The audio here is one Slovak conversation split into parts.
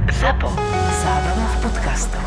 ZAPO. Zábrná v podcastov.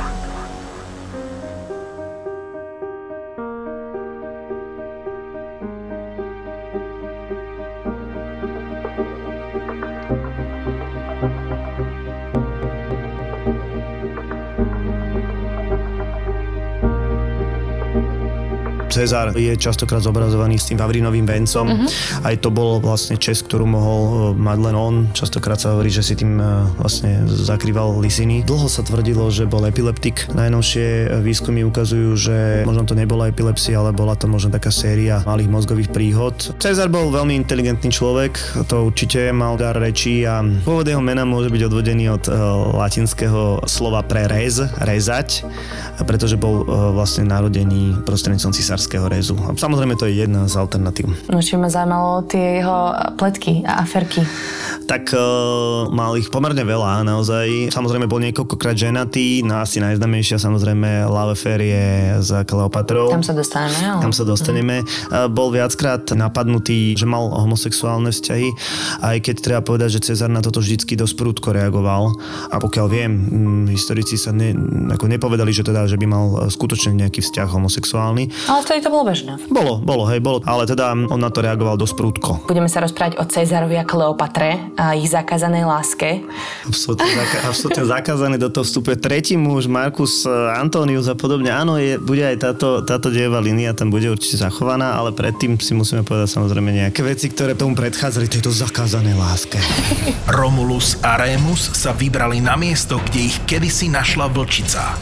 Cezar je častokrát zobrazovaný s tým vavrínovým vencom. Aj to bolo vlastne česť, ktorú mohol mať len on. Častokrát sa hovorí, že si tým vlastne zakrýval lisiny. Dlho sa tvrdilo, že bol epileptik. Najnovšie výskumy ukazujú, že možno to nebola epilepsia, ale bola to možno taká séria malých mozgových príhod. Cezar bol veľmi inteligentný človek, to určite mal dar reči a pôvod jeho mena môže byť odvodený od latinského slova pre rezať, pretože bol vlastne narodený prostredníctvom cisárskeho rezu. A samozrejme to je jedna z alternatív. No či ma zaujímalo tie jeho pletky a aferky. Tak mal ich pomerne veľa, naozaj. Samozrejme bol niekoľkokrát ženatý, no asi najznámejšia samozrejme Love Affair je s Kleopatrou. Tam sa dostaneme, ale... Tam sa dostaneme. Bol viackrát napadnutý, že mal homosexuálne vzťahy, aj keď treba povedať, že Cezar na toto vždycky dosť prudko reagoval. A pokiaľ viem, historici sa nepovedali, že by mal skutočne nejaký vzťah homosexuálny. Ale vtedy to bolo bežné. Bolo, ale teda on na to reagoval dosť prudko. Budeme sa rozprávať o Cezarovi a Kleopatre a ich zakázanej láske. Absolutne zakázané, do toho vstupuje tretí muž, Marcus Antonius a podobne. Áno, bude aj táto dejová línia, tam bude určite zachovaná, ale predtým si musíme povedať samozrejme nejaké veci, ktoré tomu predchádzali tejto zakázanej láske. Romulus a Remus sa vybrali na miesto, kde ich kedysi našla vlčica.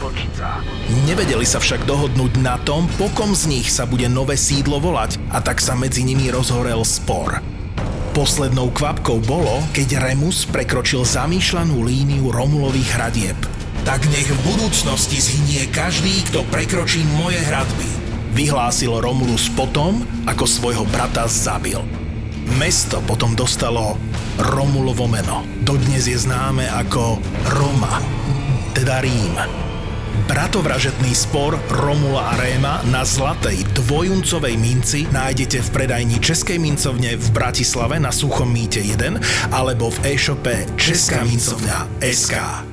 Nevedeli sa však dohodnúť na tom, po kom z nich sa bude nové sídlo volať, a tak sa medzi nimi rozhorel spor. Poslednou kvapkou bolo, keď Remus prekročil zamýšľanú líniu Romulových hradieb. Tak nech v budúcnosti zhynie každý, kto prekročí moje hradby, vyhlásil Romulus potom, ako svojho brata zabil. Mesto potom dostalo Romulovo meno. Dodnes je známe ako Roma, teda Rím. Bratovražedný spor Romula a Réma na zlatej dvojuncovej minci nájdete v predajni Českej mincovne v Bratislave na Suchom mýte 1 alebo v e-shope Česká mincovňa SK.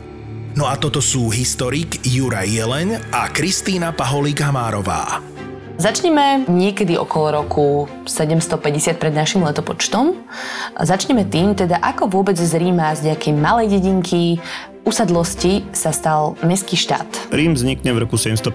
No a toto sú historik Juraj Jeleň a Kristýna Paholík-Hamárová. Začneme niekedy okolo roku 750 pred našim letopočtom. Začneme tým, teda ako vôbec z Ríma, z nejakej malej dedinky, usadlosti sa stal mestský štát. Rím vznikne v roku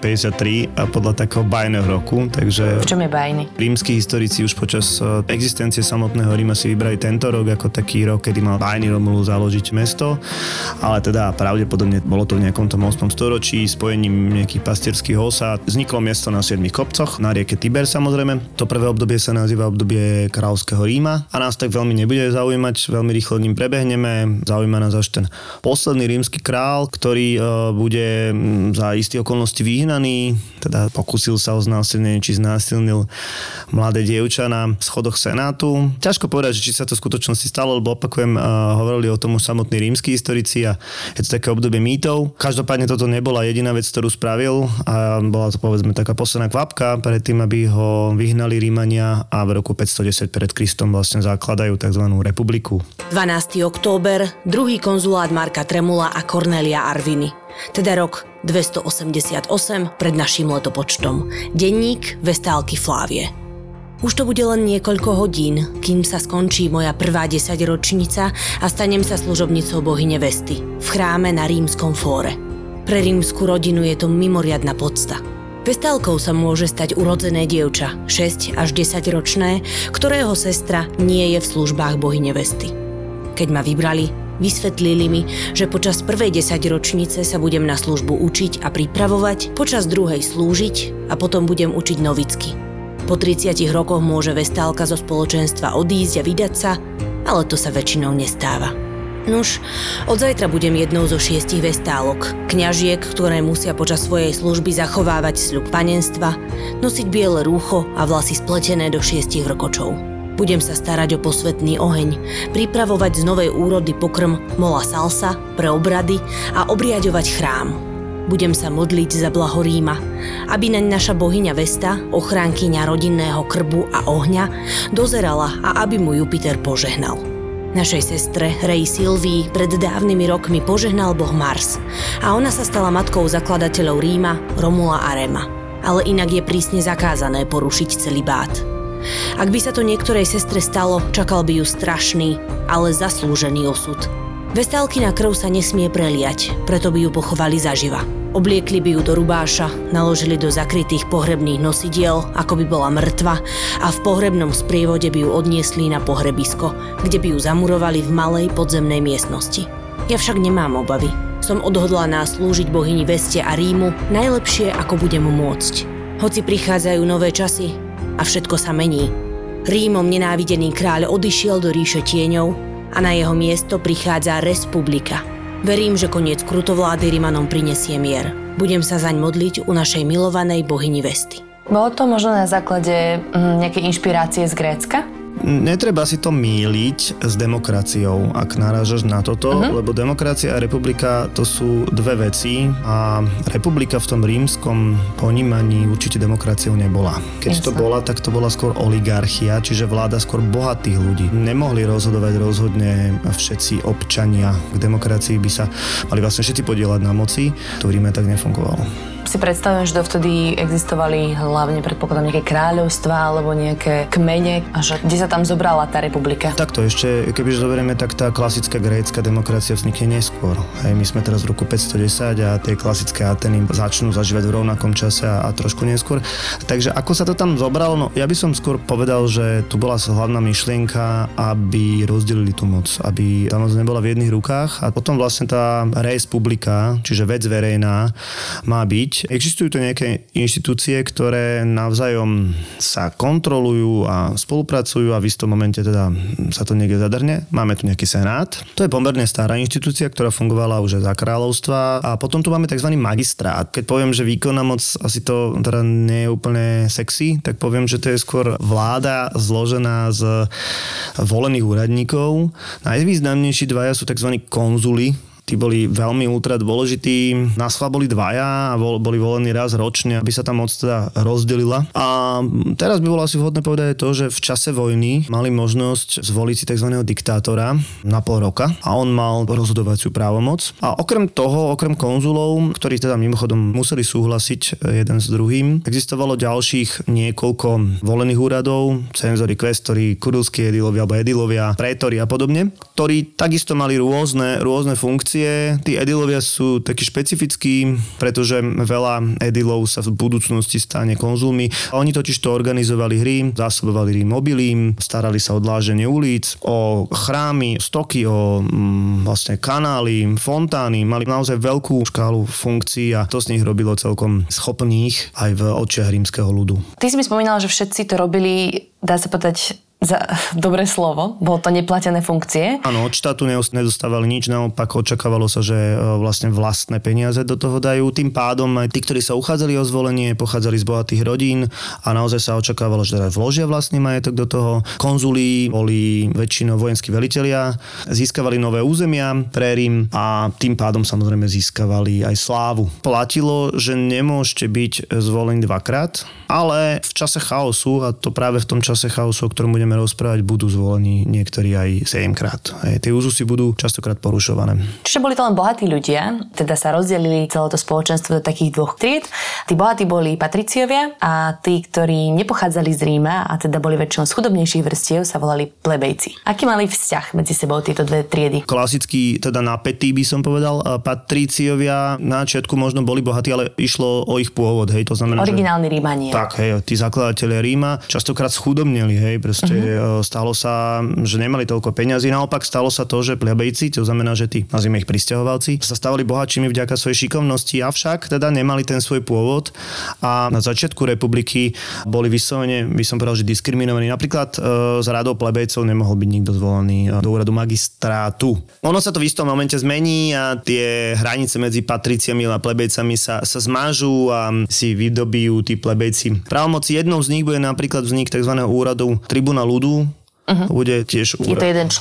753 a podľa takého bajného roku, takže... V čom je bajný? Rímski historici už počas existencie samotného Ríma si vybrali tento rok ako taký rok, kedy mal bajný Romulus založiť mesto, ale teda pravdepodobne bolo to v nejakom tom 8. storočí spojením nejakých pastierských osád. Vzniklo miesto na 7 kopcoch, na rieke Tiber samozrejme. To prvé obdobie sa nazýva obdobie kráľovského Ríma a nás tak veľmi nebude zaujímať, veľmi rýchlo ním prebehneme. Zaujíma nás až ten posledný rímsky král, ktorý bude za isté okolnosti vyhnaný, teda pokúsil sa o znásilnenie, či znásilnil mladé dievča na schodoch senátu. Ťažko povedať, či sa to v skutočnosti stalo, lebo opakujem, hovorili o tom už samotní rímski historici a je to také obdobie mýtov. Každopádne toto nebola jediná vec, ktorú spravil a bola to povedzme taká posledná kvapka pred tým, aby ho vyhnali Rímania a v roku 510 pred Kristom vlastne zakladajú tzv. Republiku. 12. október, druhý konzulát Marka Tremula a Cornelia Arviny. Teda rok 288 pred naším letopočtom. Denník Vestálky Flávie. Už to bude len niekoľko hodín, kým sa skončí moja prvá 10-ročnica a stanem sa služobnicou bohyne Vesty v chráme na Rímskom fóre. Pre rímsku rodinu je to mimoriadna podsta. Vestálkou sa môže stať urodzené dievča, 6 až 10 ročné, ktorého sestra nie je v službách bohyne Vesty. Keď ma vybrali, vysvetlili mi, že počas prvej 10-ročnice sa budem na službu učiť a pripravovať, počas druhej slúžiť a potom budem učiť novicky. Po 30 rokoch môže Vestálka zo spoločenstva odísť a vydať sa, ale to sa väčšinou nestáva. Nuž, od zajtra budem jednou zo 6 vestálok, kňažiek, ktoré musia počas svojej služby zachovávať sľub panenstva, nosiť biele rúcho a vlasy spletené do 6 vrkočov. Budem sa starať o posvätný oheň, pripravovať z novej úrody pokrm mola salsa pre obrady a obriaďovať chrám. Budem sa modliť za blaho Ríma, aby naň naša bohyňa Vesta, ochránkyňa rodinného krbu a ohňa, dozerala a aby mu Jupiter požehnal. Našej sestre, Rei Silvii, pred dávnymi rokmi požehnal boh Mars a ona sa stala matkou zakladateľov Ríma, Romula a Rema. Ale inak je prísne zakázané porušiť celibát. Ak by sa to niektorej sestre stalo, čakal by ju strašný, ale zaslúžený osud. Vestálkina krv sa nesmie preliať, preto by ju pochovali zaživa. Obliekli by ju do rubáša, naložili do zakrytých pohrebných nosidiel, ako by bola mŕtva, a v pohrebnom sprievode by ju odniesli na pohrebisko, kde by ju zamurovali v malej podzemnej miestnosti. Ja však nemám obavy. Som odhodlaná slúžiť bohyni Veste a Rímu najlepšie, ako budem môcť. Hoci prichádzajú nové časy a všetko sa mení. Rímom nenávidený kráľ odišiel do ríše tieňov a na jeho miesto prichádza Respublika. Verím, že koniec krutovlády Rimanom prinesie mier. Budem sa zaň modliť u našej milovanej bohyni Vesty. Bolo to možno na základe nejakej inšpirácie z Grécka? Netreba si to míliť s demokraciou, ak narážaš na toto, lebo demokracia a republika to sú dve veci a republika v tom rímskom ponímaní určite demokraciou nebola. Keď to bola, tak to bola skôr oligarchia, čiže vláda skôr bohatých ľudí. Nemohli rozhodovať rozhodne všetci občania. K demokracii by sa mali vlastne všetci podieľať na moci. To v Ríme tak nefungovalo. Si predstavujem, že dovtedy existovali hlavne predpokladám nejaké kráľovstvá alebo nejaké kmene a že kde sa tam zobrala tá republika? Takto ešte, kebyže zoberieme, tak tá klasická grécka demokracia vznikne neskôr. Hej, my sme teraz v roku 510 a tie klasické Ateny začnú zažívať v rovnakom čase a trošku neskôr. Takže ako sa to tam zobralo? No ja by som skôr povedal, že tu bola hlavná myšlienka, aby rozdelili tú moc, aby tá moc nebola v jedných rukách a potom vlastne tá res publica, čiže vec verejná, má byť. Existujú to nejaké inštitúcie, ktoré navzájom sa kontrolujú a spolupracujú a v istom momente teda sa to niekde zadrne. Máme tu nejaký senát. To je pomerne stará inštitúcia, ktorá fungovala už za kráľovstva a potom tu máme tzv. Magistrát. Keď poviem, že výkonná moc asi to teda nie je úplne sexy, tak poviem, že to je skôr vláda zložená z volených úradníkov. Najvýznamnejší dvaja sú tzv. Konzuli. Tí boli veľmi ultra dôležití. Na schvál boli dvaja a boli volení raz ročne, aby sa tá moc teda rozdelila. A teraz by bolo asi vhodné povedať to, že v čase vojny mali možnosť zvoliť si tzv. Diktátora na pol roka a on mal rozhodovaciu právomoc. A okrem toho, okrem konzulov, ktorí teda mimochodom museli súhlasiť jeden s druhým, existovalo ďalších niekoľko volených úradov, cenzori, kvestori, kurilskí edilovia alebo edilovia, prétori a podobne, ktorí takisto mali rôzne funkcie. Tí edilovia sú takí špecifickí, pretože veľa edilov sa v budúcnosti stane konzulmi. Oni totiž to organizovali hry, zásobovali Rím obilím, starali sa o dláženie ulic, o chrámy, stoky, o vlastne kanály, fontány. Mali naozaj veľkú škálu funkcií a to z nich robilo celkom schopných aj v očiach rímskeho ľudu. Ty si mi spomínala, že všetci to robili, dá sa povedať, za dobré slovo, bolo to neplatené funkcie. Áno, od štátu nedostávali nič, naopak očakávalo sa, že vlastne vlastné peniaze do toho dajú. Tým pádom aj tí, ktorí sa uchádzali o zvolenie, pochádzali z bohatých rodín a naozaj sa očakávalo, že teda vložia vlastný majetok do toho. Konzuli boli väčšinou vojenskí velitelia, získavali nové územia pre Rím a tým pádom samozrejme získavali aj slávu. Platilo, že nemôžete byť zvolení dvakrát, ale v čase chaosu, a to práve v tom čase chaosu, o ktorom budeme rozprávať, budú zvolení niektorí aj 7-krát. Tie úzusy budú častokrát porušované. Čiže boli to len bohatí ľudia, teda sa rozdelili celé to spoločenstvo do takých dvoch tried. Tí bohatí boli patriciovia a tí, ktorí nepochádzali z Ríma a teda boli väčšinou z chudobnejších vrstiev, sa volali plebejci. Aký mali vzťah medzi sebou tieto dve triedy? Klasický, teda napätý by som povedal, patriciovia na začiatku možno boli bohatí, ale išlo o ich pôvod, hej, to znamená, originálni Rímania. Tak, hej, tí zakladatelia Ríma častokrát schudobneli, hej, proste stalo sa, že nemali toľko peňazí, naopak stalo sa to, že plebejci, to znamená, že tí, nazvime ich prisťahovalci, sa stávali bohatšími vďaka svojej šikovnosti, avšak teda nemali ten svoj pôvod a na začiatku republiky boli vyslovene, by som povedal, že diskriminovaní. Napríklad z radou plebejcov nemohol byť nikto zvolený do úradu magistrátu. Ono sa to v istom momente zmení a tie hranice medzi patriciami a plebejcami sa zmážu a si vydobijú tí plebejci právomoci. Jednou z nich bude napríklad vznik tzv. Úradu tribuna ľudu. Bude tiež Je to jeden človek.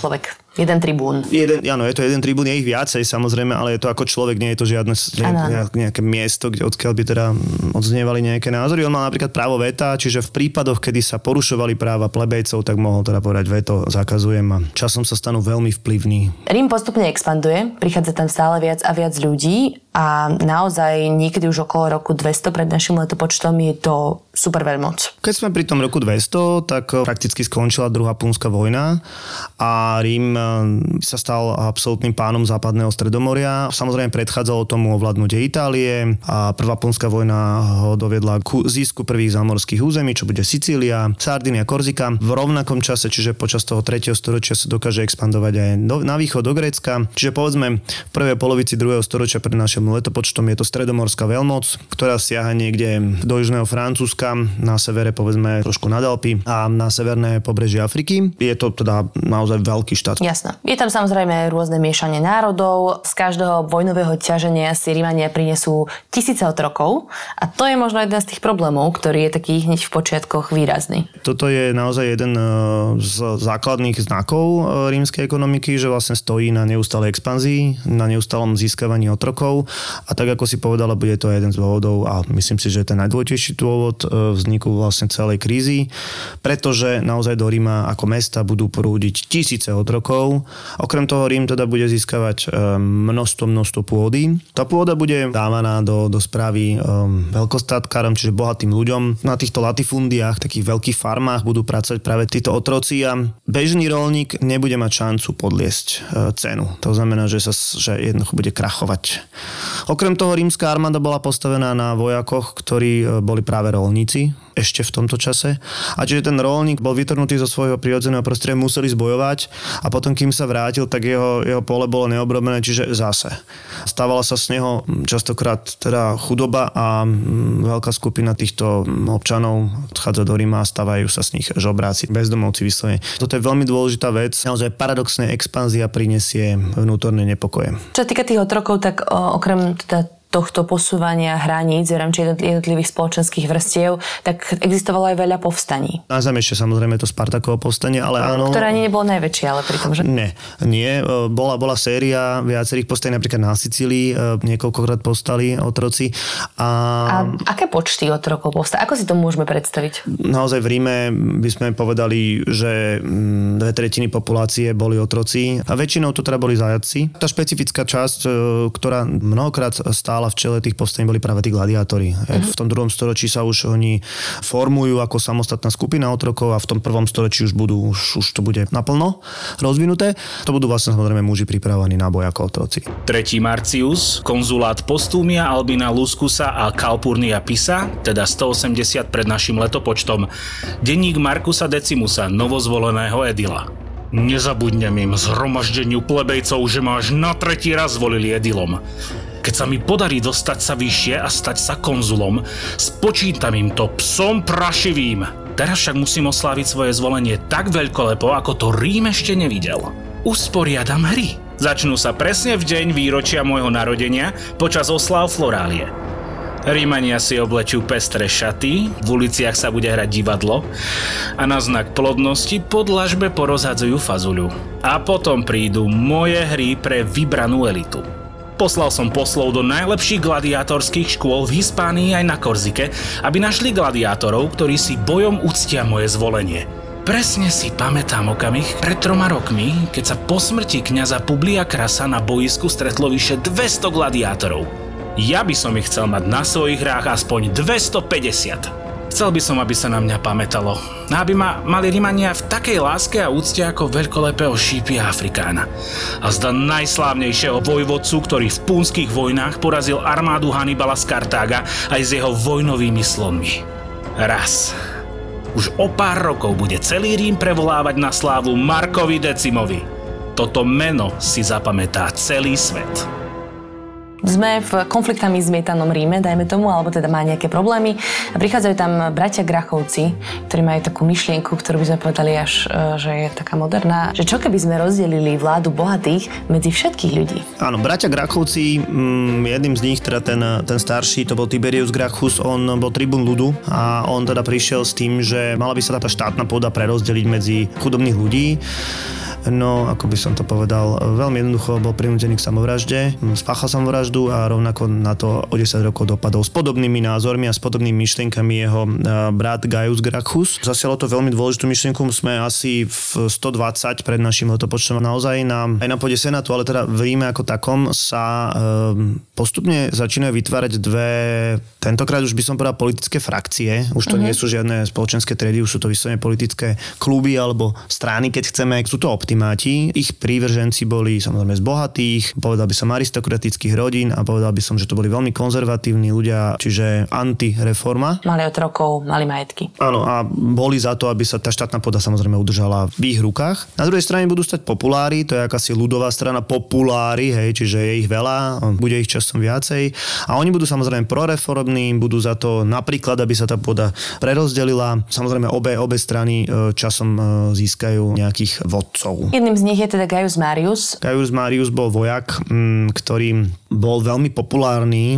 Jeden tribún. Áno, je to jeden tribún, je ich viacej samozrejme, ale je to ako človek, nie je to žiadne nejaké miesto, odkiaľ by teda odznievali nejaké názory. On mal napríklad právo veta, čiže v prípadoch, kedy sa porušovali práva plebejcov, tak mohol teda povedať veto, zakazujem a časom sa stanú veľmi vplyvní. Rím postupne expanduje, prichádza tam stále viac a viac ľudí a naozaj niekedy už okolo roku 200 pred našim letopočtom je to super veľmoc. Keď sme pri tom roku 200, tak prakticky skončila druhá punská vojna a Rím sa stal absolútnym pánom západného Stredomoria. Samozrejme predchádzalo tomu ovládnutie Itálie a prvá punská vojna ho doviedla ku zisku prvých zámorských území, čo bude Sicília, Sardinia, Korzika. V rovnakom čase, čiže počas toho 3. storočia sa dokáže expandovať aj na východ do Grécka. Čiže povedzme v prvej polovici 2. storočia pred našim letopočtom je to stredomorská veľmoc, ktorá siaha niekde do južného Francúzska, na severe povedzme trošku nad Alpy a na severné pobrežie Afriky. Je to teda naozaj veľký štát. Jasné. Je tam samozrejme rôzne miešanie národov. Z každého vojnového ťaženia si Rímania prinesú tisíce otrokov a to je možno jeden z tých problémov, ktorý je taký hneď v počiatkoch výrazný. Toto je naozaj jeden z základných znakov rímskej ekonomiky, že vlastne stojí na neustálej expanzii, na neustálom získavaní otrokov a tak ako si povedala, bude to jeden z dôvodov a myslím si, že ten najdôležitejší dôvod vzniku vlastne celej krízy, pretože naozaj do Ríma ako mesta budú prúdiť tisíce otrokov. Okrem toho Rím teda bude získavať množstvo pôdy. Tá pôda bude dávaná do správy veľkostatkárom, čiže bohatým ľuďom. Na týchto latifundiách, takých veľkých farmách budú pracovať práve títo otroci a bežný roľník nebude mať šancu podliesť cenu. To znamená, že jednoducho bude krachovať. Okrem toho rímska armáda bola postavená na vojakoch, ktorí boli práve roľníci ešte v tomto čase. A čiže ten roľník bol vytrhnutý zo svojho prirodzeného prostredia, museli zbojovať a potom, kým sa vrátil, tak jeho pole bolo neobrobené, čiže zase. Stávala sa z neho častokrát teda chudoba a veľká skupina týchto občanov odchádza do Ríma a stávajú sa z nich žobráci, bezdomovci vyslovene. Toto je veľmi dôležitá vec. Naozaj paradoxne expanzia prinesie vnútorné nepokoje. Čo sa týka tých otrokov, tak okrem teda tohto posúvania hraníc v rámci jednotlivých spoločenských vrstiev, tak existovalo aj veľa povstaní. Na zem ešte samozrejme to Spartakovo povstanie, ale áno. Ktoré ani nebolo najväčšie, ale pritom, že... Nie. Bola séria viacerých povstaní, napríklad na Sicílii niekoľkokrát povstali otroci. A aké počty otrokov povstali? Ako si to môžeme predstaviť? Naozaj v Ríme by sme povedali, že 2/3 populácie boli otroci a väčšinou to teda boli zajatci. Tá špecifická časť, ktorá mnohokrát stála v čele tých povstaní, boli práve tí gladiátori. V tom 2. storočí sa už oni formujú ako samostatná skupina otrokov a v tom 1. storočí už to bude naplno rozvinuté. To budú vlastne samozrejme muži pripravení na boj ako otroci. 3. Marcius, konzulát Postúmia, Albina Luscusa a Calpurnia Pisa, teda 180 pred našim letopočtom. Denník Marcusa Decimusa, novozvoleného edila. Nezabudnem im zhromaždeniu plebejcov, že ma až na 3. raz zvolili edilom. Keď sa mi podarí dostať sa vyššie a stať sa konzulom, spočítam im to psom prašivým. Teraz však musím osláviť svoje zvolenie tak veľkolepo, ako to Rím ešte nevidel. Usporiadam hry. Začnú sa presne v deň výročia môjho narodenia počas osláv Florálie. Rímania si oblečú pestré šaty, v uliciach sa bude hrať divadlo a na znak plodnosti po dlažbe porozhadzujú fazuľu. A potom prídu moje hry pre vybranú elitu. Poslal som poslov do najlepších gladiátorských škôl v Hispánii aj na Korzike, aby našli gladiátorov, ktorí si bojom uctia moje zvolenie. Presne si pamätám okamih pred 3 rokmi, keď sa po smrti kňaza Publia Crasa na boisku stretlo vyše 200 gladiátorov. Ja by som ich chcel mať na svojich hrách aspoň 250. Chcel by som, aby sa na mňa pamätalo. A aby ma mali Rimania v takej láske a úcte ako veľkolepého Šípia Afrikána. A zda najslávnejšieho vojvodcu, ktorý v púnskych vojnách porazil armádu Hannibala z Kartága aj s jeho vojnovými slonmi. Raz. Už o pár rokov bude celý Rím prevolávať na slávu Markovi Decimovi. Toto meno si zapamätá celý svet. Sme v konfliktami zmietanom Ríme, dajme tomu, alebo teda má nejaké problémy. A prichádzajú tam bratia Grachovci, ktorí majú takú myšlienku, ktorú by sme povedali až, že je taká moderná. Že čo keby sme rozdelili vládu bohatých medzi všetkých ľudí? Áno, bratia Grachovci, jedným z nich, teda ten starší, to bol Tiberius Gracchus, on bol tribún ľudu a on teda prišiel s tým, že mala by sa tá štátna pôda prerozdeliť medzi chudobných ľudí. no ako by som to povedal, veľmi jednoducho bol prinútený k samovražde, spáchal samovraždu a rovnako na to o 10 rokov dopadol. S podobnými názormi a s podobnými myšlienkami jeho brat Gaius Gracchus. Zasialo to veľmi dôležitú myšlienku, sme asi v 120 pred našim letopočtom naozaj aj na pôde Senátu, ale teda v Ríme ako takom sa postupne začínajú vytvárať dve, tentokrát už by som povedal politické frakcie, už to nie sú žiadne spoločenské triedy, už sú to vyslovene politické kluby alebo strany, keď chceme, sú to optimáti. Ich prívrženci boli samozrejme z bohatých, povedal by som aristokratických rodín a povedal by som, že to boli veľmi konzervatívni ľudia, čiže antireforma. Mali otrokov, mali majetky. Áno, a boli za to, aby sa tá štátna pôda samozrejme udržala v ich rukách. Na druhej strane budú stať populári, to je akási ľudová strana populári, hej, čiže je ich veľa, bude ich časom viacej. A oni budú samozrejme proreformní, budú za to napríklad, aby sa tá pôda prerozdelila. Samozrejme obe strany časom získajú nejakých vodcov. Jedným z nich je teda Gaius Marius. Gaius Marius bol vojak, ktorý bol veľmi populárny.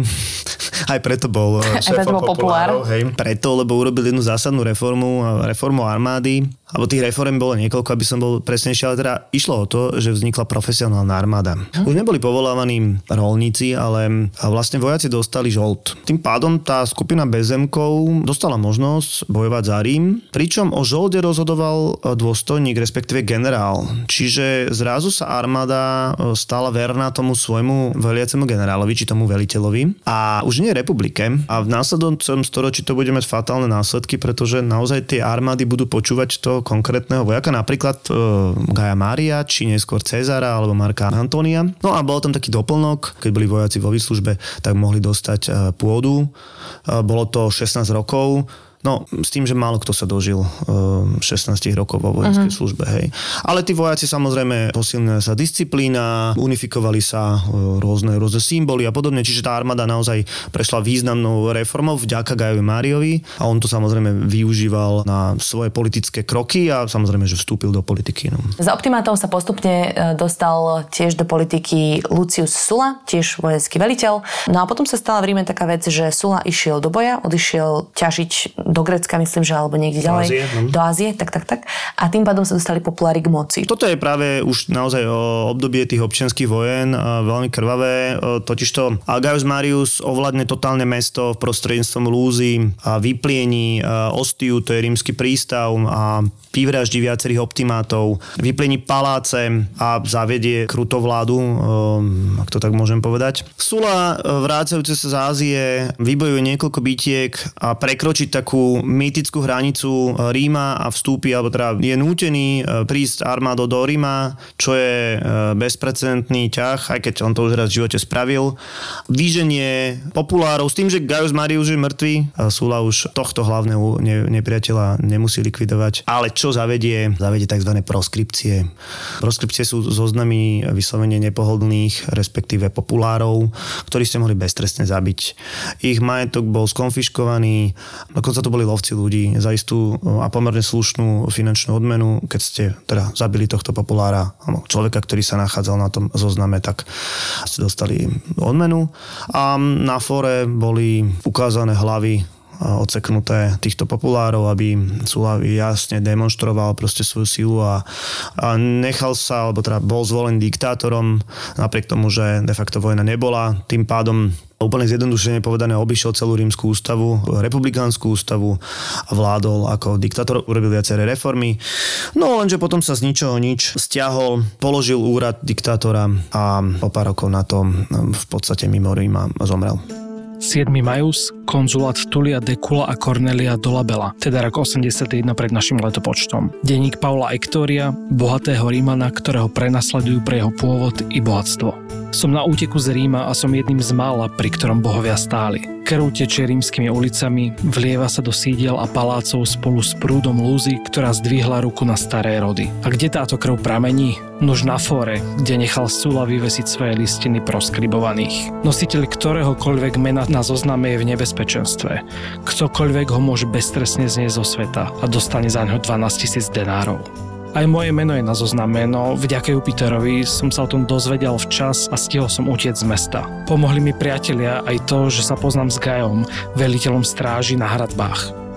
Aj preto bol šéfom populárov. Hej. Preto, lebo urobil jednu zásadnú reformu armády. Alebo tých reform bolo niekoľko, aby som bol presnejší, ale teda išlo o to, že vznikla profesionálna armáda. Už neboli povolávaní roľníci, ale vlastne vojaci dostali žolt. Tým pádom tá skupina bezemkov dostala možnosť bojovať za Rím, pričom o žolde rozhodoval dôstojník, respektíve generál. Čiže zrazu sa armáda stala verná tomu svojmu veliacemu generálovi, či tomu veliteľovi. A už nie republike. A v následujúcom storočí to bude mať fatálne následky, pretože naozaj tie armády budú počúvať to konkrétneho vojaka, napríklad Gaia Mária, či neskôr Cezara alebo Marka Antónia. No a bol tam taký doplnok, keď boli vojaci vo výslužbe, tak mohli dostať pôdu. Bolo to 16 rokov. No, s tým, že málo kto sa dožil 16 rokov vo vojenskej službe, hej. Ale tí vojaci samozrejme posilnila sa disciplína, unifikovali sa rôzne symboly a podobne, čiže tá armáda naozaj prešla významnou reformou vďaka Gaiovi Máriovi a on to samozrejme využíval na svoje politické kroky a samozrejme, že vstúpil do politiky. No. Za optimátov sa postupne dostal tiež do politiky Lucius Sulla, tiež vojenský veliteľ. No a potom sa stala v Ríme taká vec, že Sulla išiel do boja, odišiel ťažiť do Grécka, myslím, že alebo niekde ďalej. Do Ázie, tak. A tým pádom sa dostali populári k moci. Toto je práve už naozaj o obdobie tých občianskych vojen, veľmi krvavé. Totižto Gaius Marius ovládne totálne mesto prostredníctvom lúzy a vypliení Ostiu, to je rímsky prístav a vyvraždí viacerých optimátov, vyplení paláce a zavedie krutovládu, ak to tak môžem povedať. Sulla, vrácajúce sa z Ázie, vybojuje niekoľko bitiek a prekročí takú mýtickú hranicu Ríma a vstúpi, alebo teda je nútený prísť armádou do Ríma, čo je bezprecedentný ťah, aj keď on to už raz v živote spravil. Vyženie populárov s tým, že Gaius Marius je mŕtvý a Sulla už tohto hlavného nepriateľa nemusí likvidovať. Ale čo zavedie tzv. Proskripcie. Proskripcie sú zoznamy vyslovene nepohodlných, respektíve populárov, ktorí ste mohli beztrestne zabiť. Ich majetok bol skonfiškovaný, dokonca to boli lovci ľudí za istú a pomerne slušnú finančnú odmenu. Keď ste teda zabili tohto populára, človeka, ktorý sa nachádzal na tom zozname, tak ste dostali odmenu. A na fóre boli ukázané hlavy odseknuté týchto populárov, aby Sulla jasne demonstroval proste svoju silu a nechal sa, alebo teda bol zvolený diktátorom, napriek tomu, že de facto vojna nebola. Tým pádom úplne zjednodušene povedané obišiel celú rímsku ústavu, republikánsku ústavu a vládol ako diktátor, urobil viaceré reformy. No lenže potom sa z ničoho nič stiahol, položil úrad diktátora a o pár rokov na to v podstate mimo Ríma zomrel. 7. Majus, konzulát Tulia Decula a Cornelia Dolabella, teda rok 81 pred našim letopočtom. Denník Paula Ektória, bohatého Rímana, ktorého prenasledujú pre jeho pôvod i bohatstvo. Som na úteku z Ríma a som jedným z mála, pri ktorom bohovia stáli. Krv tečie rímskymi ulicami, vlieva sa do sídiel a palácov spolu s prúdom lúzy, ktorá zdvihla ruku na staré rody. A kde táto krv pramení? Nuž na fóre, kde nechal Sulla vyvesiť svoje listiny proskribovaných. Nositeľ ktoréhokoľvek mena na zozname je v nebezpečenstve. Ktokoľvek ho môže beztrestne znieť zo sveta a dostane za ňo 12 000 denárov. Aj moje meno je na zozname, no vďaka Jupiterovi som sa o tom dozvedel včas a stihol som utiec z mesta. Pomohli mi priatelia aj to, že sa poznám s Gaiom, veliteľom stráži na hradbách.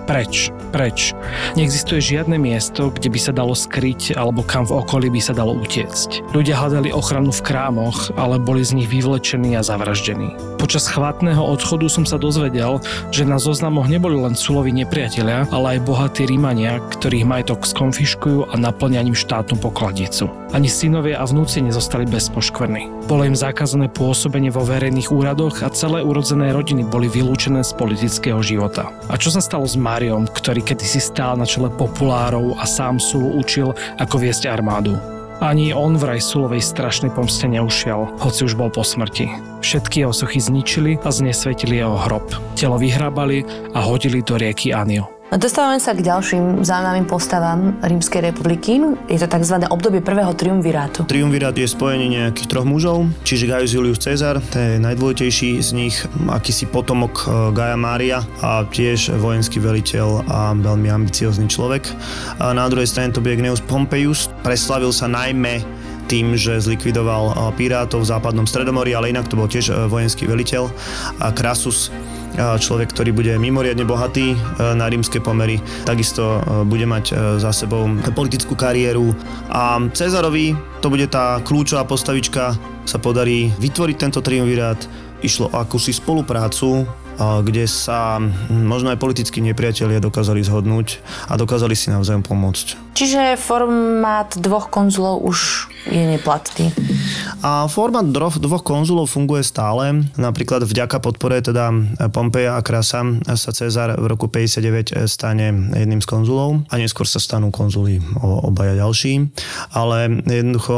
Preč. Neexistuje žiadne miesto, kde by sa dalo skryť alebo kam v okolí by sa dalo utiecť. Ľudia hľadali ochranu v krámoch, ale boli z nich vyvlečení a zavraždení. Počas chvátneho odchodu som sa dozvedel, že na zoznamoch neboli len súloví nepriatelia, ale aj bohatí Rímania, ktorých majetok skonfiškujú a naplnia ním štátnu pokladnicu. Ani synovia a vnúci nezostali bez poškvrny. Bolo im zakázané pôsobenie vo verejných úradoch a celé urodzené rodiny boli vylúčené z politického života. A čo sa stalo s Máriom, ktorý kedysi stál na čele populárov a sám Sulu učil, ako viesť armádu? Ani on vraj Sulovej strašnej pomste neušiel, hoci už bol po smrti. Všetky jeho sochy zničili a znesvetili jeho hrob. Telo vyhrábali a hodili do rieky Anio. Dostávame sa k ďalším zaujímavým postavám Rímskej republiky. Je to tzv. Obdobie prvého triumvirátu. Triumvirát je spojenie nejakých troch mužov, čiže Gaius Julius Caesar, to je najdôležitejší z nich, akýsi potomok Gaia Mária a tiež vojenský veliteľ a veľmi ambiciózny človek. A na druhej strane to bude Gnaeus Pompeius, preslavil sa najmä tým, že zlikvidoval pirátov v západnom Stredomorí, ale inak to bol tiež vojenský veliteľ. A Crassus, človek, ktorý bude mimoriadne bohatý na rímske pomery, takisto bude mať za sebou politickú kariéru. A Cezarovi to bude tá kľúčová postavička, sa podarí vytvoriť tento triumvirát. Išlo o akúsi spoluprácu, kde sa možno aj politickí nepriatelia dokázali zhodnúť a dokázali si navzájom pomôcť. Čiže formát dvoch konzulov už je neplatný. A formát dvoch konzulov funguje stále. Napríklad vďaka podpore teda Pompeja a Crassa sa Cezar v roku 59 stane jedným z konzulov a neskôr sa stanú konzuli obaja ďalší. Ale jednoducho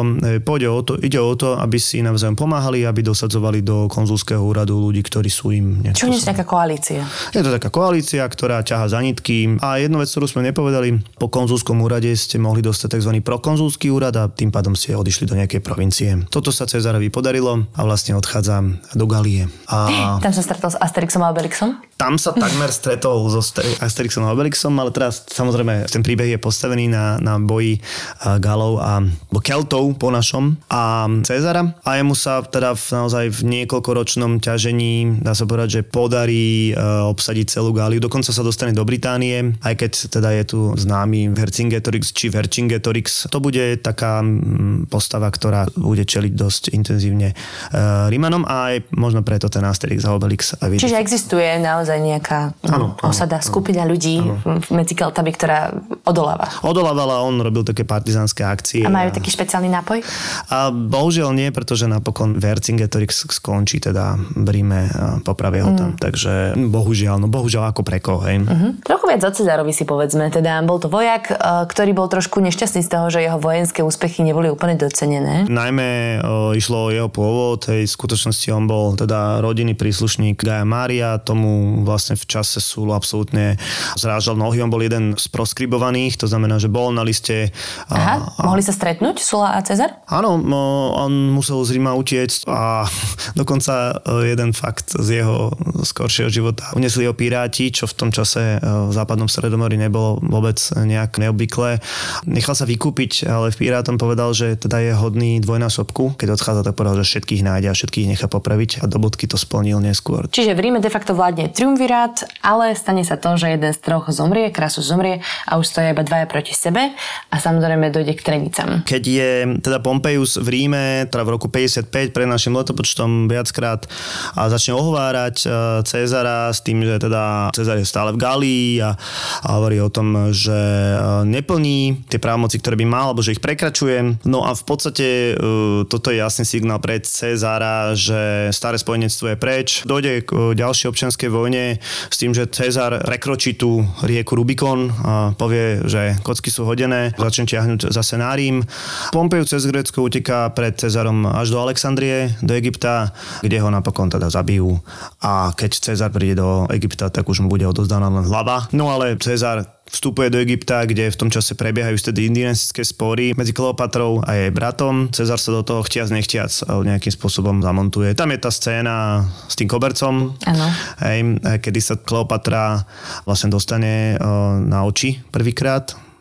ide o to, aby si navzájom pomáhali, aby dosadzovali do konzulského úradu ľudí, ktorí sú im Čo je taká koalícia? Je to taká koalícia, ktorá ťaha za nitky. A jednu vec, ktorú sme nepovedali, po konzulskom úrade ste mohli dostať tzv. Prokonzulský úrad a tým pádom ste odišli do nejakej provincie. Toto sa Cezarovi podarilo a vlastne odchádza do Galie. Tam sa stretol s Asterixom a Obelixom? Tam sa takmer stretol so Asterixom a Obelixom, ale teraz samozrejme ten príbeh je postavený na boji Galov a Keltov po našom a Cezara. A jemu sa teda naozaj v niekoľkoročnom ťažení, dá sa povedať, že podarí obsadiť celú Gáliu. Dokonca sa dostane do Británie, aj keď teda je tu známy Vercingetorix či Vercingetorix. To bude taká postava, ktorá bude čeliť dosť intenzívne Rímanom a aj možno preto ten Asterix a Obelix. Čiže existuje naozaj nejaká osada, skupina ľudí medzi Keltami, ktorá odoláva. Odolávala, on robil také partizánske akcie. A majú taký špeciálny nápoj? A bohužiaľ nie, pretože napokon Vercingetorix skončí teda v Ríme, popravia ho tam. Takže bohužiaľ ako pre koho, hej. Trochu viac o Cezarovi si povedzme. Teda bol to vojak, ktorý bol trošku nešťastný z toho, že jeho vojenské úspechy neboli úplne docenené. Najmä išlo o jeho pôvod, v skutočnosti on bol teda rodinný príslušník Gaia Mária, tomu vlastne v čase Sulu absolútne zrážal nohy. On bol jeden z proskribovaných, to znamená, že bol na liste. Mohli sa stretnúť Sulla a Cezar? Áno, on musel z Ríma utiecť a dokonca jeden fakt z jeho skoršieho života. Unesli ho piráti, čo v tom čase v západnom Stredomorí nebolo vôbec nejak neobvyklé. Nechal sa vykúpiť, ale v pirátom povedal, že teda je hodný dvojnásobku. Keď odchádza, tak povedal, že všetkých nájde a všetkých nechá popraviť a do bodky to splnil neskôr. Čiže v Ríme de facto vládne triumvirát, ale stane sa to, že jeden z troch zomrie, Crassus zomrie a už stoja iba dvaja proti sebe a samozrejme dojde k trenicam. Keď je teda Pompeius v Ríme, teda v roku 55 pred našim letopočtom viackrát a začne ohovárať Cezara s tým, že teda Cezar je stále v Galii a hovorí o tom, že neplní tie právomoci, ktoré by mal, alebo že ich prekračuje. No a v podstate toto je jasný signál pre Cezara, že staré spojenectvo je preč. Dojde k ďalšej občianskej vojne s tým, že Cezar prekročí tú rieku Rubikon a povie, že kocky sú hodené, začne ťahnuť zase na Rím. Pompeius cez Grécko uteká pred Cezarom až do Alexandrie, do Egypta, kde ho napokon teda zabijú. A keď Cezar príde do Egypta, tak už mu bude odovzdaná len hlava. No ale Cezar vstupuje do Egypta, kde v tom čase prebiehajú vtedy dynastické spory medzi Kleopatrou a jej bratom. Cezar sa do toho chtiac nechtiac nejakým spôsobom zamontuje. Tam je tá scéna s tým kobercom, kedy sa Kleopatra vlastne dostane na oči prvýkrát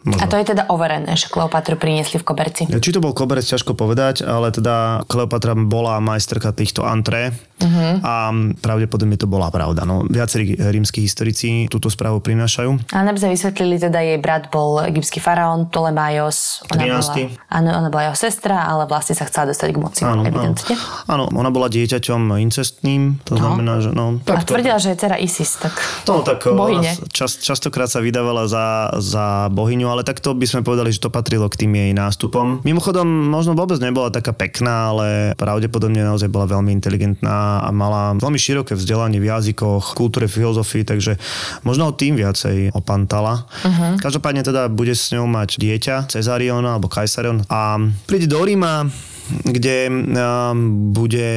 Možno. A to je teda overené, že Kleopatru priniesli v koberci. Či to bol koberec, ťažko povedať, ale teda Kleopatra bola majsterka týchto antré a pravdepodobne to bola pravda. No, viacerí rímski historici túto správu prinášajú. A aby sme vysvetlili, teda jej brat bol egyptský faraón Ptolemaios. Ona bola jeho sestra, ale vlastne sa chcela dostať k moci, evidentne. Áno, ona bola dieťaťom incestným, to znamená, že no... A tvrdila, že je dcera Isis, tak bohyne. Častokrát sa vydávala za bohyňu, ale takto by sme povedali, že to patrilo k tým jej nástupom. Mimochodom, možno vôbec nebola taká pekná, ale pravdepodobne naozaj bola veľmi inteligentná a mala veľmi široké vzdelanie v jazykoch, kultúre, filozofii, takže možno tým viacej opantala. Každopádne teda bude s ňou mať dieťa, Cezarion alebo Kajsarion a príde do Ríma, kde bude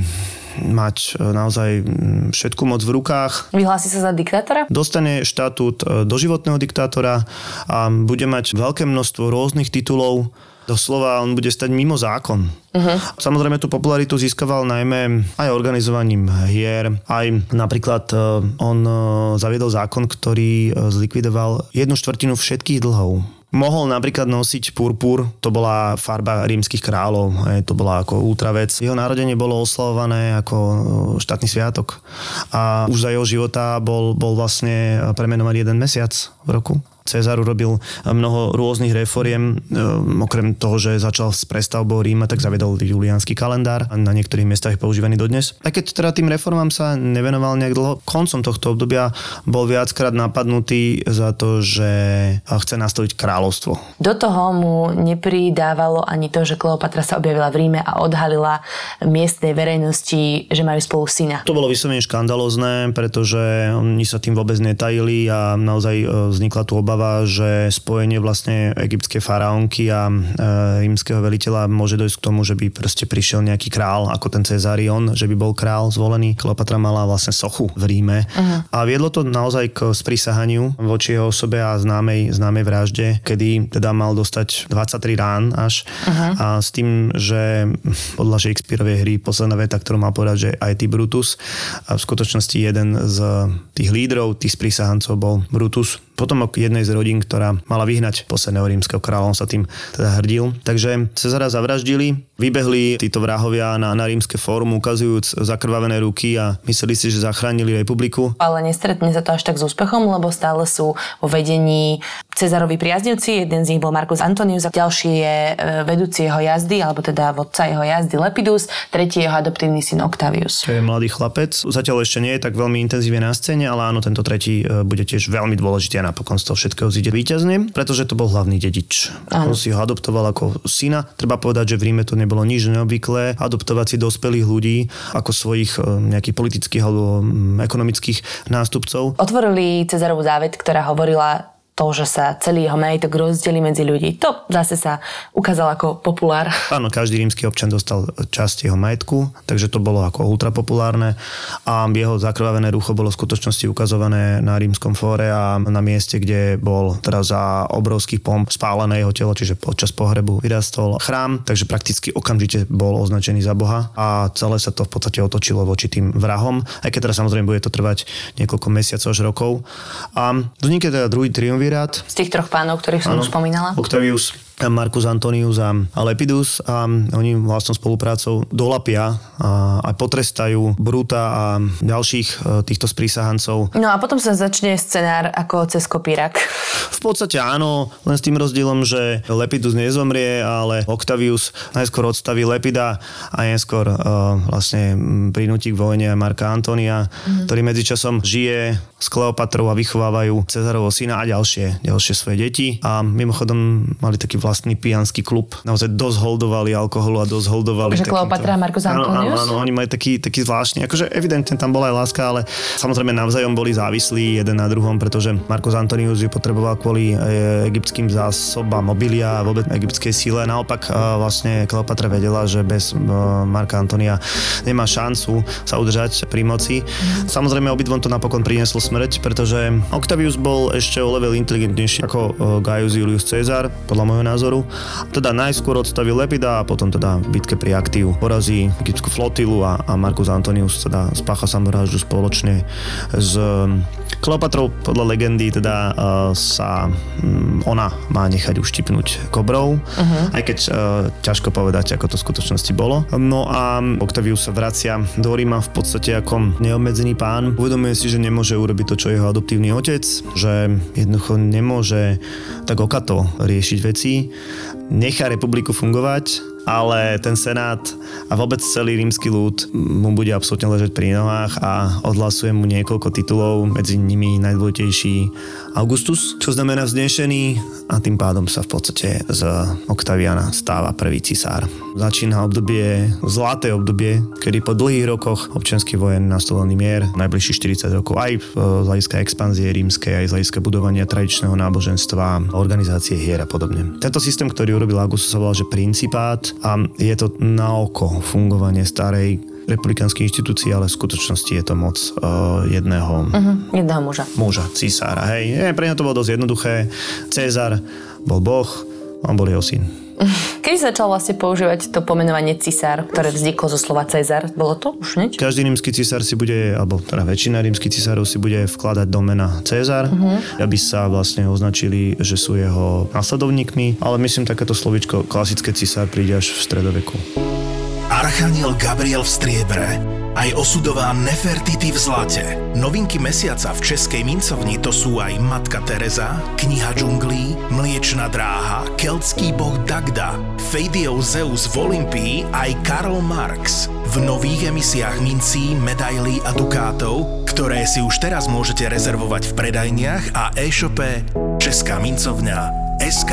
mať naozaj všetku moc v rukách. Vyhlási sa za diktátora? Dostane štatút doživotného diktátora a bude mať veľké množstvo rôznych titulov. Doslova on bude stať mimo zákon. Samozrejme tú popularitu získaval najmä aj organizovaním hier, aj napríklad on zaviedol zákon, ktorý zlikvidoval 1/4 všetkých dlhov. Mohol napríklad nosiť purpur, to bola farba rímskych kráľov, to bola ako ultravec. Jeho narodenie bolo oslavované ako štátny sviatok a už za jeho života bol vlastne premenovaný 1 mesiac v roku. Cezar urobil mnoho rôznych reforiem, okrem toho, že začal s prestavbou Ríma, tak zaviedol juliánsky kalendár a na niektorých miestach je používaný dodnes. Aj keď teda tým reformám sa nevenoval nejak dlho, koncom tohto obdobia bol viackrát napadnutý za to, že chce nastaviť kráľovstvo. Do toho mu nepridávalo ani to, že Kleopatra sa objavila v Ríme a odhalila miestnej verejnosti, že majú spolu syna. To bolo vyslovene škandalózne, pretože oni sa tým vôbec netajili a naozaj vznikla tu obava, že spojenie vlastne egyptskej faraónky a rímskeho veliteľa môže dojsť k tomu, že by proste prišiel nejaký král, ako ten Cezarion, že by bol král zvolený. Kleopatra mala vlastne sochu v Ríme. A viedlo to naozaj k sprisahaniu voči jeho osobe a známej vražde, kedy teda mal dostať 23 rán až. A s tým, že podľa Shakespeareovej hry posledná veta, ktorú mal povedať, že aj ty Brutus. A v skutočnosti jeden z tých lídrov, tých sprisahancov bol Brutus. Potomok jednej z rodín, ktorá mala vyhnať posledného rímskeho kráľa, on sa tým teda hrdil. Takže Cezara zavraždili, vybehli títo vrahovia na rímske fórum, ukazujúc zakrvavené ruky a mysleli si, že zachránili republiku. Ale nestretne sa to až tak s úspechom, lebo stále sú vo vedení Cezarovi priaznivci, jeden z nich bol Marcus Antonius, a ďalší je vedúci jeho jazdy, alebo teda vodca jeho jazdy Lepidus, tretí jeho adoptívny syn Octavius. To je mladý chlapec, zatiaľ ešte nie je tak veľmi intenzívne na scéne, ale áno, tento tretí bude tiež veľmi dôležitý. Napokon z toho všetkého zíde víťazne, pretože to bol hlavný dedič. On si ho adoptoval ako syna. Treba povedať, že v Ríme to nebolo nič neobvyklé. Adoptovať si dospelých ľudí ako svojich nejakých politických alebo ekonomických nástupcov. Otvorili Cezarovu závet, ktorá hovorila to, že sa celý jeho majetok rozdelí medzi ľudí. To zase sa ukázalo ako populár. Áno, každý rímsky občan dostal časť jeho majetku, takže to bolo ako ultrapopulárne a jeho zakrvavené rucho bolo v skutočnosti ukazované na rímskom fóre a na mieste, kde bol teraz za obrovských pomp spálené jeho telo, čiže počas pohrebu vyrastol chrám, takže prakticky okamžite bol označený za boha a celé sa to v podstate otočilo voči tým vrahom, aj keď teraz samozrejme bude to trvať niekoľko mesiacov až rokov. A vznikne teda druhý triumvirát. Z tých troch pánov, ktorých som už spomínala. Octavius, Marcus Antonius a Lepidus a oni vlastnou spoluprácou dolapia a aj potrestajú Bruta a ďalších týchto sprísahancov. No a potom sa začne scenár ako cez kopírak. V podstate áno, len s tým rozdielom, že Lepidus nezomrie, ale Octavius najskôr odstaví Lepida a neskôr vlastne prinúti k vojne Marka Antonia, ktorý medzičasom žije s Kleopatrou a vychovávajú Cezarovo syna a ďalšie svoje deti. A mimochodom mali taký vlastný pijanský klub. Naozaj dosť holdovali alkoholu a dosť holdovali. Takže Kleopatra a Marcus Antonius? Áno, oni majú taký zvláštny. Akože evidentne tam bola aj láska, ale samozrejme navzájom boli závislí jeden na druhom, pretože Marcus Antonius ju potreboval kvôli egyptským zásobám mobilia a vôbec egyptskej síle. Naopak vlastne Kleopatra vedela, že bez Marka Antonia nemá šancu sa udržať pri moci. Samozrejme obidvom to napokon prinieslo smrť, pretože Octavius bol ešte o level inteligentnejší ako Gaius Julius Caesar, podľa môjho názoru. názoru. Teda najskôr odstavil Lepida a potom teda v bitke pri Aktiu porazí egyptskú flotilu a Marcus Antonius teda spácha samovraždu spoločne s Kleopatrou. Podľa legendy teda sa ona má nechať uštipnúť kobrou, aj keď ťažko povedať, ako to v skutočnosti bolo. No a Octavius sa vracia do Ríma v podstate ako neobmedzený pán. Uvedomuje si, že nemôže urobiť to, čo jeho adoptívny otec, že jednoducho nemôže tak okato riešiť veci. Nechá republiku fungovať, ale ten senát a vôbec celý rímsky ľud mu bude absolútne ležať pri nohách a odhlasuje mu niekoľko titulov, medzi nimi najdôležitejší Augustus, čo znamená vznešený, a tým pádom sa v podstate z Octaviana stáva prvý cisár. Začína obdobie, zlaté obdobie, kedy po dlhých rokoch občianskych vojen nastolený mier, najbližších 40 rokov aj z hľadiska expanzie rímskej, aj z hľadiska budovania tradičného náboženstva, organizácie hier a podobne. Tento systém, ktorý urobil Augustus, sa volá, že principát, a je to na oko fungovanie starej republikánskej inštitúcie, ale v skutočnosti je to moc jedného muža. Muža, cisára. Hej, pre ňa to bolo dosť jednoduché. Cézar bol boh, on bol jeho syn. Kedy sa začal vlastne používať to pomenovanie cisár, ktoré vzniklo zo slova Cezar? Bolo to už niečo? Každý rímsky cisár si bude, alebo teda väčšina rímskych cisárov si bude vkladať do mena Cézar, aby sa vlastne označili, že sú jeho nasledovníkmi, ale myslím, takéto slovíčko klasické cisár príde až v stredoveku. Archaniel Gabriel v striebre, aj osudová Nefertiti v zlate. Novinky mesiaca v českej mincovni to sú aj Matka Teresa, Kniha džunglí, Mliečna dráha, Keltský boh Dagda, Feidiov Zeus v Olympii aj Karl Marx. V nových emisiách mincí, medailí a dukátov, ktoré si už teraz môžete rezervovať v predajniach a e-shope Česká mincovňa SK.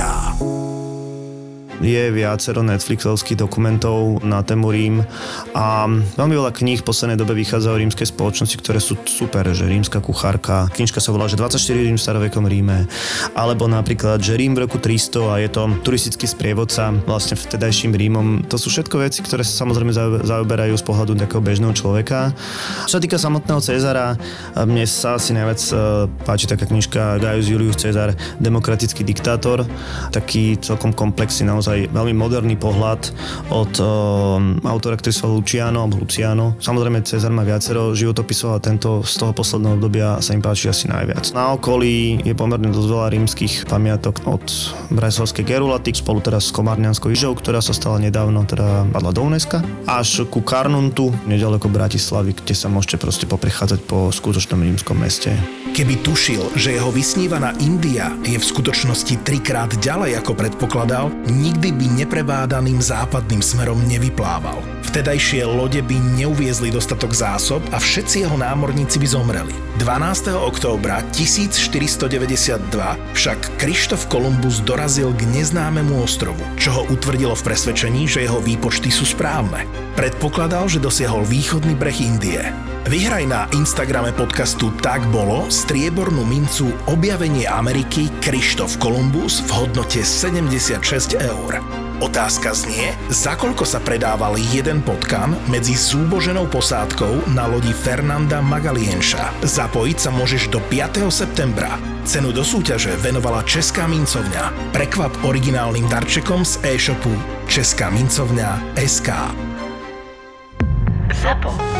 Je viacero Netflixovských dokumentov na tému Rím a veľmi veľa kníh v poslednej dobe vychádza o rímskej spoločnosti, ktoré sú super, že Rímska kuchárka. Knižka sa volá, že 24 Rím v starovekom Ríme, alebo napríklad, že Rím v roku 300 a je to turistický sprievodca vlastne vtedajším Rímom. To sú všetko veci, ktoré sa samozrejme zaoberajú z pohľadu takého bežného človeka. Čo sa týka samotného Cezara, mne sa asi najviac páči taká knižka Gaius Julius Caesar, demokratický diktátor, taký celkom komplexný, naozaj veľmi moderný pohľad od autora, ktorý sa Luciano. Samozrejme, Cezar má viacero životopisov a tento z toho posledného obdobia sa im páči asi najviac. Na okolí je pomerne dosť veľa rímskych pamiatok od Bratislavskej Gerulaty spolu teraz s Komárňanskou Ižou, ktorá sa stala nedávno, teda padla do UNESCO, až ku Carnuntu, nedaleko Bratislavy, kde sa môžete proste poprechádzať po skutočnom rímskom meste. Keby tušil, že jeho vysnívaná India je v skutočnosti 3-krát ďalej ako predpokladal, nikdy by neprebádaným západným smerom nevyplával. Vtedajšie lode by neuviezli dostatok zásob a všetci jeho námorníci by zomreli. 12. októbra 1492 však Krištof Kolumbus dorazil k neznámemu ostrovu, čo ho utvrdilo v presvedčení, že jeho výpočty sú správne. Predpokladal, že dosiahol východný breh Indie. Vyhraj na Instagrame podcastu Tak bolo striebornú mincu Objavenie Ameriky Krištof Kolumbus v hodnote 76 €. Otázka znie, za koľko sa predával jeden potkan medzi súboženou posádkou na lodi Fernanda Magalienša. Zapojiť sa môžeš do 5. septembra. Cenu do súťaže venovala Česká mincovňa. Prekvap originálnym darčekom z e-shopu Česká mincovňa SK. ZAPO.